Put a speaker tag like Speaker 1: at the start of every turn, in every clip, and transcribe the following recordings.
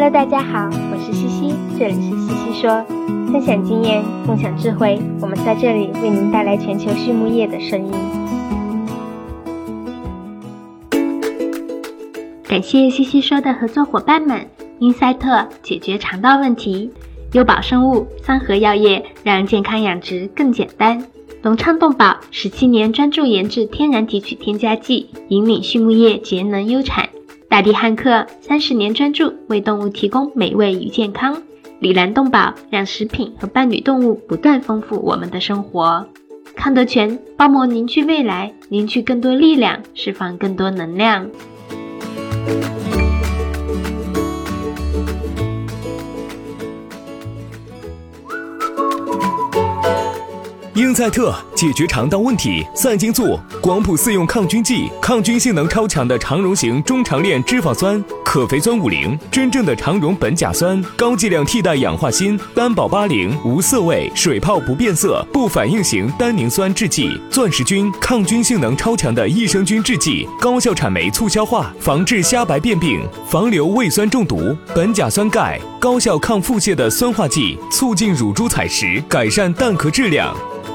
Speaker 1: Hello， 大家好，我是西西，这里是西西说，分享经验，共享智慧，我们在这里为您带来全球畜牧业的声音。感谢西西说的合作伙伴们，英赛特解决肠道问题，优宝生物、三和药业让健康养殖更简单，隆昌动宝17年专注研制天然提取添加剂，引领畜牧业节能优产，大地汉克30年专注为动物提供美味与健康，里兰动宝让食品和伴侣动物不断丰富我们的生活，康德全包膜凝聚未来，凝聚更多力量，释放更多能量。
Speaker 2: 英赛特解决肠道问题，赛金素广谱4用抗菌剂，抗菌性能超强的肠溶型中长链脂肪酸，可肥酸50，真正的肠溶苯甲酸，高剂量替代氧化锌，单保80，无色味，水泡不变色，不反应型单宁酸制剂，钻石菌抗菌性能超强的益生菌制剂，高效产酶促消化，防治虾白变病，防流胃酸中毒，苯甲酸钙高效抗腹泻的酸化剂，促进乳猪采食，改善蛋壳质量。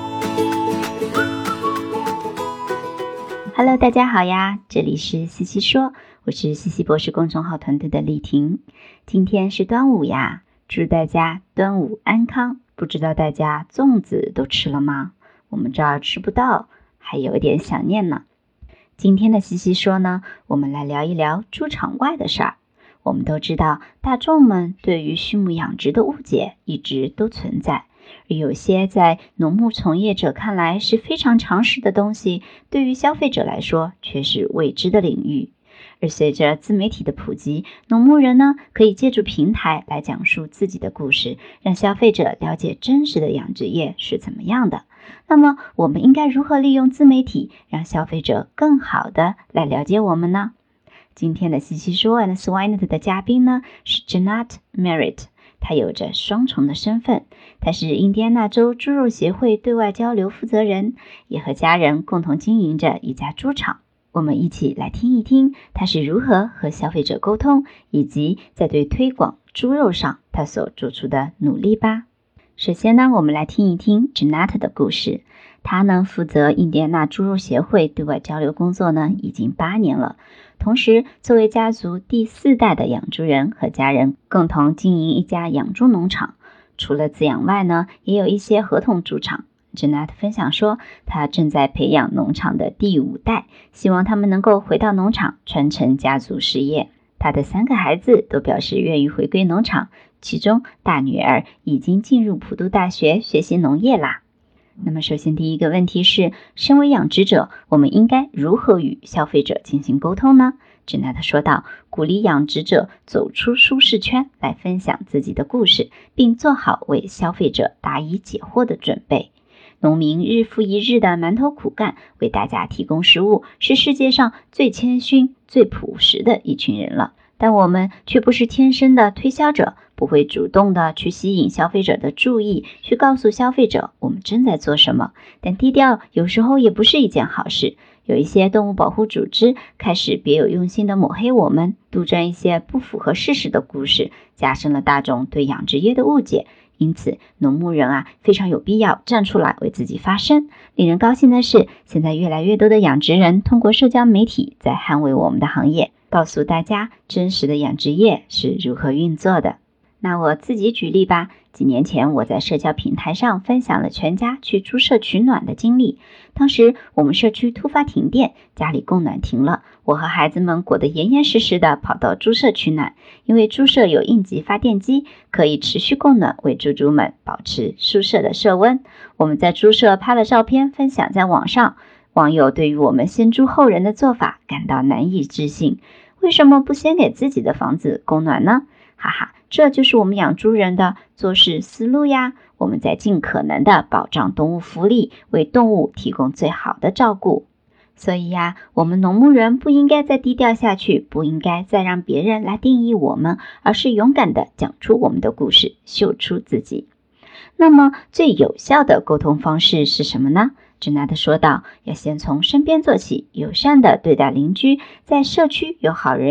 Speaker 3: Hello， 大家好呀，这里是西西说，我是西西博士公众号团队的丽婷。今天是端午呀，祝大家端午安康。不知道大家粽子都吃了吗？我们这儿吃不到，还有点想念呢。今天的西西说呢，我们来聊一聊猪场外的事儿。我们都知道，大众们对于畜牧养殖的误解一直都存在。而有些在农牧从业者看来是非常常识的东西，对于消费者来说却是未知的领域。而随着自媒体的普及，农牧人呢可以借助平台来讲述自己的故事，让消费者了解真实的养殖业是怎么样的。那么我们应该如何利用自媒体，让消费者更好的来了解我们呢？今天的西西说 and Swinet 的嘉宾呢是 Janat Merritt，他有着双重的身份，他是印第安纳州猪肉协会对外交流负责人，也和家人共同经营着一家猪场。我们一起来听一听他是如何和消费者沟通，以及在对推广猪肉上他所做出的努力吧。首先呢，我们来听一听 Janat 的故事。他呢负责印第安纳猪肉协会对外交流工作呢已经8年了，同时作为家族第4代的养猪人，和家人共同经营一家养猪农场。除了饲养外呢，也有一些合同猪场。Janat 分享说，他正在培养农场的第5代，希望他们能够回到农场传承家族事业。他的3个孩子都表示愿意回归农场，其中大女儿已经进入普渡大学学习农业啦。那么首先第一个问题是，身为养殖者，我们应该如何与消费者进行沟通呢？Janat 说道，鼓励养殖者走出舒适圈，来分享自己的故事，并做好为消费者答疑解惑的准备。农民日复一日的埋头苦干，为大家提供食物，是世界上最谦逊、最朴实的一群人了。但我们却不是天生的推销者，不会主动的去吸引消费者的注意，去告诉消费者我们正在做什么。但低调有时候也不是一件好事。有一些动物保护组织开始别有用心的抹黑我们，杜撰一些不符合事实的故事，加深了大众对养殖业的误解。因此农牧人非常有必要站出来为自己发声。令人高兴的是，现在越来越多的养殖人通过社交媒体在捍卫我们的行业，告诉大家真实的养殖业是如何运作的。那我自己举例吧。几年前我在社交平台上分享了全家去猪舍取暖的经历。当时我们社区突发停电，家里供暖停了，我和孩子们裹得严严实实的跑到猪舍取暖，因为猪舍有应急发电机，可以持续供暖，为猪猪们保持宿舍的舍温。我们在猪舍拍了照片分享在网上，网友对于我们先猪后人的做法感到难以置信，为什么不先给自己的房子供暖呢？哈哈，这就是我们养猪人的做事思路呀！我们在尽可能的保障动物福利，为动物提供最好的照顾。所以我们农牧人不应该再低调下去，不应该再让别人来定义我们，而是勇敢的讲出我们的故事，秀出自己。那么最有效的沟通方式是什么呢？Janat说道，要先从身边做起，友善的对待邻居，在社区有好人缘，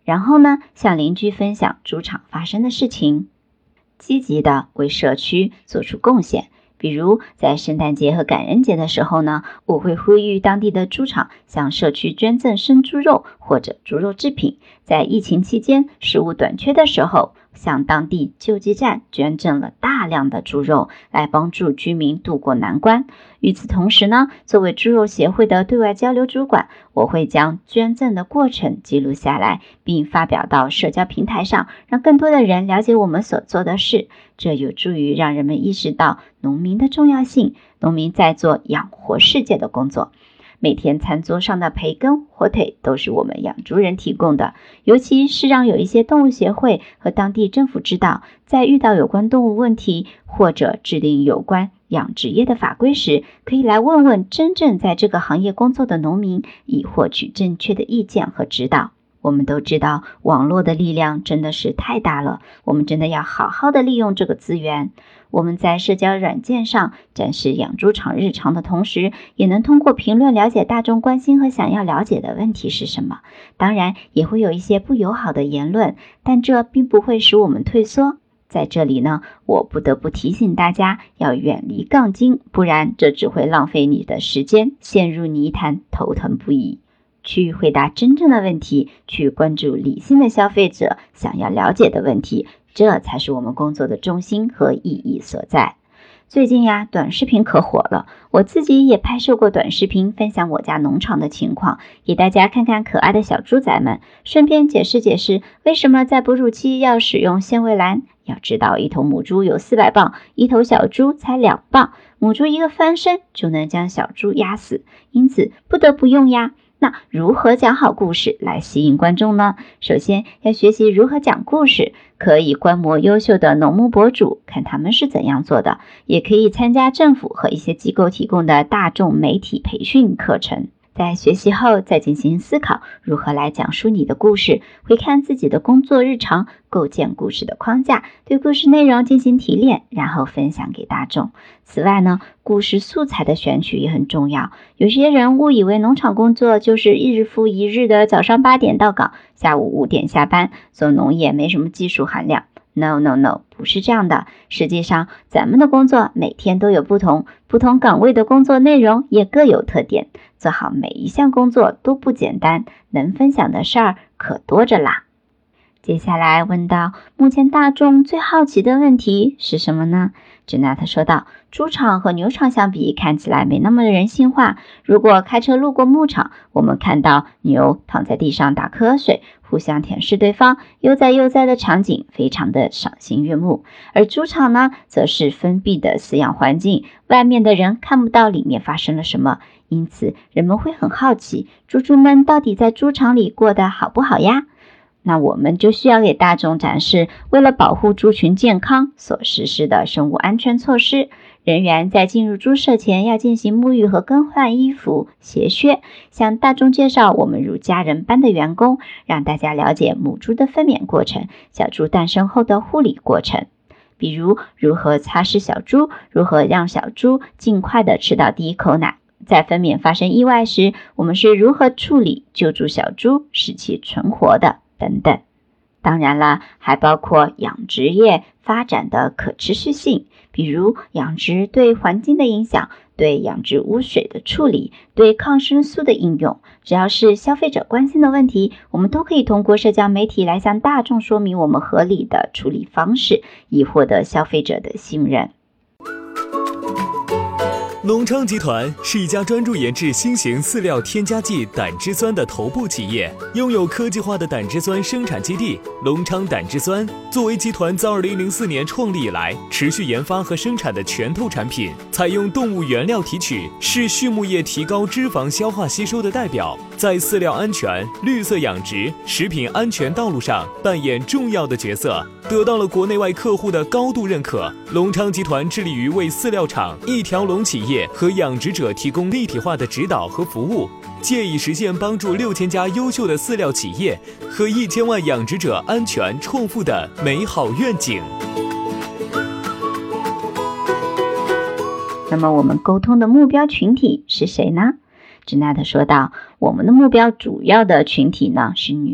Speaker 3: 然后呢，向邻居分享猪场发生的事情，积极的为社区做出贡献。比如在圣诞节和感恩节的时候呢，我会呼吁当地的猪场向社区捐赠生猪肉或者猪肉制品。在疫情期间食物短缺的时候，向当地救济站捐赠了大量的猪肉，来帮助居民渡过难关。与此同时呢，作为猪肉协会的对外交流主管，我会将捐赠的过程记录下来，并发表到社交平台上，让更多的人了解我们所做的事。这有助于让人们意识到农民的重要性，农民在做养活世界的工作。每天餐桌上的培根、火腿都是我们养猪人提供的，尤其是让有一些动物协会和当地政府知道，在遇到有关动物问题或者制定有关养殖业的法规时，可以来问问真正在这个行业工作的农民，以获取正确的意见和指导。我们都知道网络的力量真的是太大了，我们真的要好好的利用这个资源。我们在社交软件上展示养猪场日常的同时，也能通过评论了解大众关心和想要了解的问题是什么。当然也会有一些不友好的言论，但这并不会使我们退缩。在这里呢，我不得不提醒大家要远离杠精，不然这只会浪费你的时间，陷入泥潭，头疼不已。去回答真正的问题，去关注理性的消费者想要了解的问题，这才是我们工作的中心和意义所在。最近呀，短视频可火了，我自己也拍摄过短视频，分享我家农场的情况，给大家看看可爱的小猪仔们，顺便解释解释为什么在哺乳期要使用纤维篮。要知道，一头母猪有400磅，一头小猪才2磅，母猪一个翻身就能将小猪压死，因此不得不用呀。那如何讲好故事来吸引观众呢？首先要学习如何讲故事，可以观摩优秀的农牧博主，看他们是怎样做的，也可以参加政府和一些机构提供的大众媒体培训课程。在学习后再进行思考，如何来讲述你的故事，回看自己的工作日常，构建故事的框架，对故事内容进行提炼，然后分享给大众。此外呢，故事素材的选取也很重要。有些人误以为农场工作就是一日复一日的早上8点到岗，下午5点下班，做农业没什么技术含量。No， 不是这样的。实际上，咱们的工作每天都有不同岗位的工作内容也各有特点，做好每一项工作都不简单，能分享的事儿可多着啦。接下来问到，目前大众最好奇的问题是什么呢？Janet说道，猪场和牛场相比，看起来没那么人性化。如果开车路过牧场，我们看到牛躺在地上打瞌睡，互相舔舐对方，悠哉悠哉的场景非常的赏心悦目。而猪场呢，则是封闭的饲养环境，外面的人看不到里面发生了什么，因此人们会很好奇，猪猪们到底在猪场里过得好不好呀？那我们就需要给大众展示，为了保护猪群健康所实施的生物安全措施。人员在进入猪舍前要进行沐浴和更换衣服、鞋靴，向大众介绍我们如家人般的员工，让大家了解母猪的分娩过程、小猪诞生后的护理过程。比如如何擦拭小猪，如何让小猪尽快的吃到第一口奶，在分娩发生意外时，我们是如何处理救助小猪使其存活的等等。当然了，还包括养殖业发展的可持续性，比如养殖对环境的影响，对养殖污水的处理，对抗生素的应用。只要是消费者关心的问题，我们都可以通过社交媒体来向大众说明我们合理的处理方式，以获得消费者的信任。
Speaker 2: 隆昌集团是一家专注研制新型饲料添加剂胆汁酸的头部企业，拥有科技化的胆汁酸生产基地隆昌胆汁酸。作为集团自2004年创立以来持续研发和生产的拳头产品，采用动物原料提取，是畜牧业提高脂肪消化吸收的代表，在饲料安全、绿色养殖、食品安全道路上扮演重要的角色，得到了国内外客户的高度认可。隆昌集团致力于为饲料厂、一条龙企业和养殖者提供立体化的指导和服务，借以实现帮助6000家优秀的饲料企业和1000万养殖者安全创富的美好愿景。
Speaker 3: 那么我们沟通的目标群体是谁呢？Janet说道，我们的目标主要的群体呢是女性，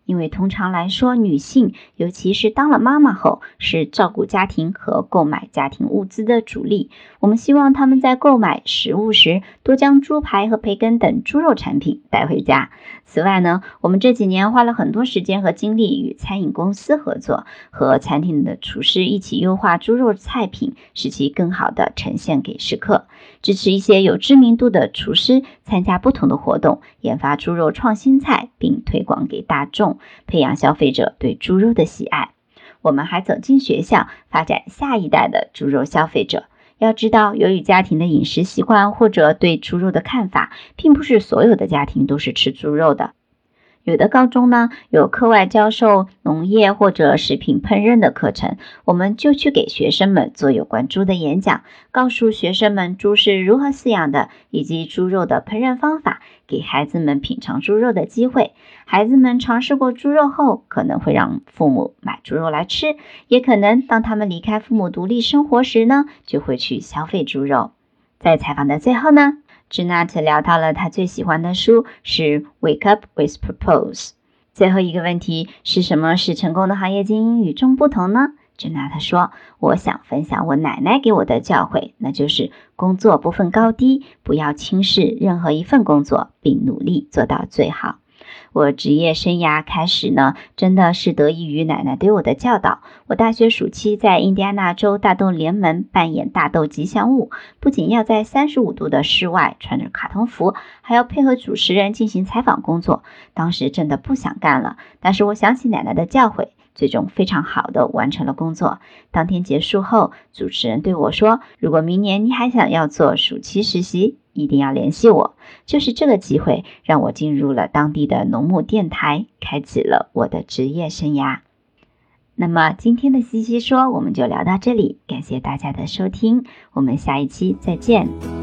Speaker 3: 因为通常来说，女性尤其是当了妈妈后，是照顾家庭和购买家庭物资的主力。我们希望她们在购买食物时，多将猪排和培根等猪肉产品带回家。此外呢，我们这几年花了很多时间和精力与餐饮公司合作，和餐厅的厨师一起优化猪肉菜品，使其更好地呈现给食客。支持一些有知名度的厨师参加不同的活动，研发猪肉创新菜，并推广给大众，培养消费者对猪肉的喜爱。我们还走进学校，发展下一代的猪肉消费者。要知道，由于家庭的饮食习惯或者对猪肉的看法，并不是所有的家庭都是吃猪肉的。有的高中呢，有课外教授农业或者食品烹饪的课程，我们就去给学生们做有关猪的演讲，告诉学生们猪是如何饲养的，以及猪肉的烹饪方法，给孩子们品尝猪肉的机会。孩子们尝试过猪肉后，可能会让父母买猪肉来吃，也可能当他们离开父母独立生活时呢，就会去消费猪肉。在采访的最后呢，Jeanette 聊到了她最喜欢的书是 Wake Up with Purpose。 最后一个问题是什么使成功的行业精英与众不同呢？ Jeanette 说，我想分享我奶奶给我的教诲，那就是工作不分高低，不要轻视任何一份工作，并努力做到最好。我职业生涯开始呢，真的是得益于奶奶对我的教导。我大学暑期在印第安纳州大豆联盟扮演大豆吉祥物，不仅要在35度的室外穿着卡通服，还要配合主持人进行采访工作。当时真的不想干了，但是我想起奶奶的教诲，最终非常好的完成了工作。当天结束后，主持人对我说，如果明年你还想要做暑期实习，一定要联系我。就是这个机会让我进入了当地的农牧电台，开启了我的职业生涯。那么今天的西西说我们就聊到这里，感谢大家的收听，我们下一期再见。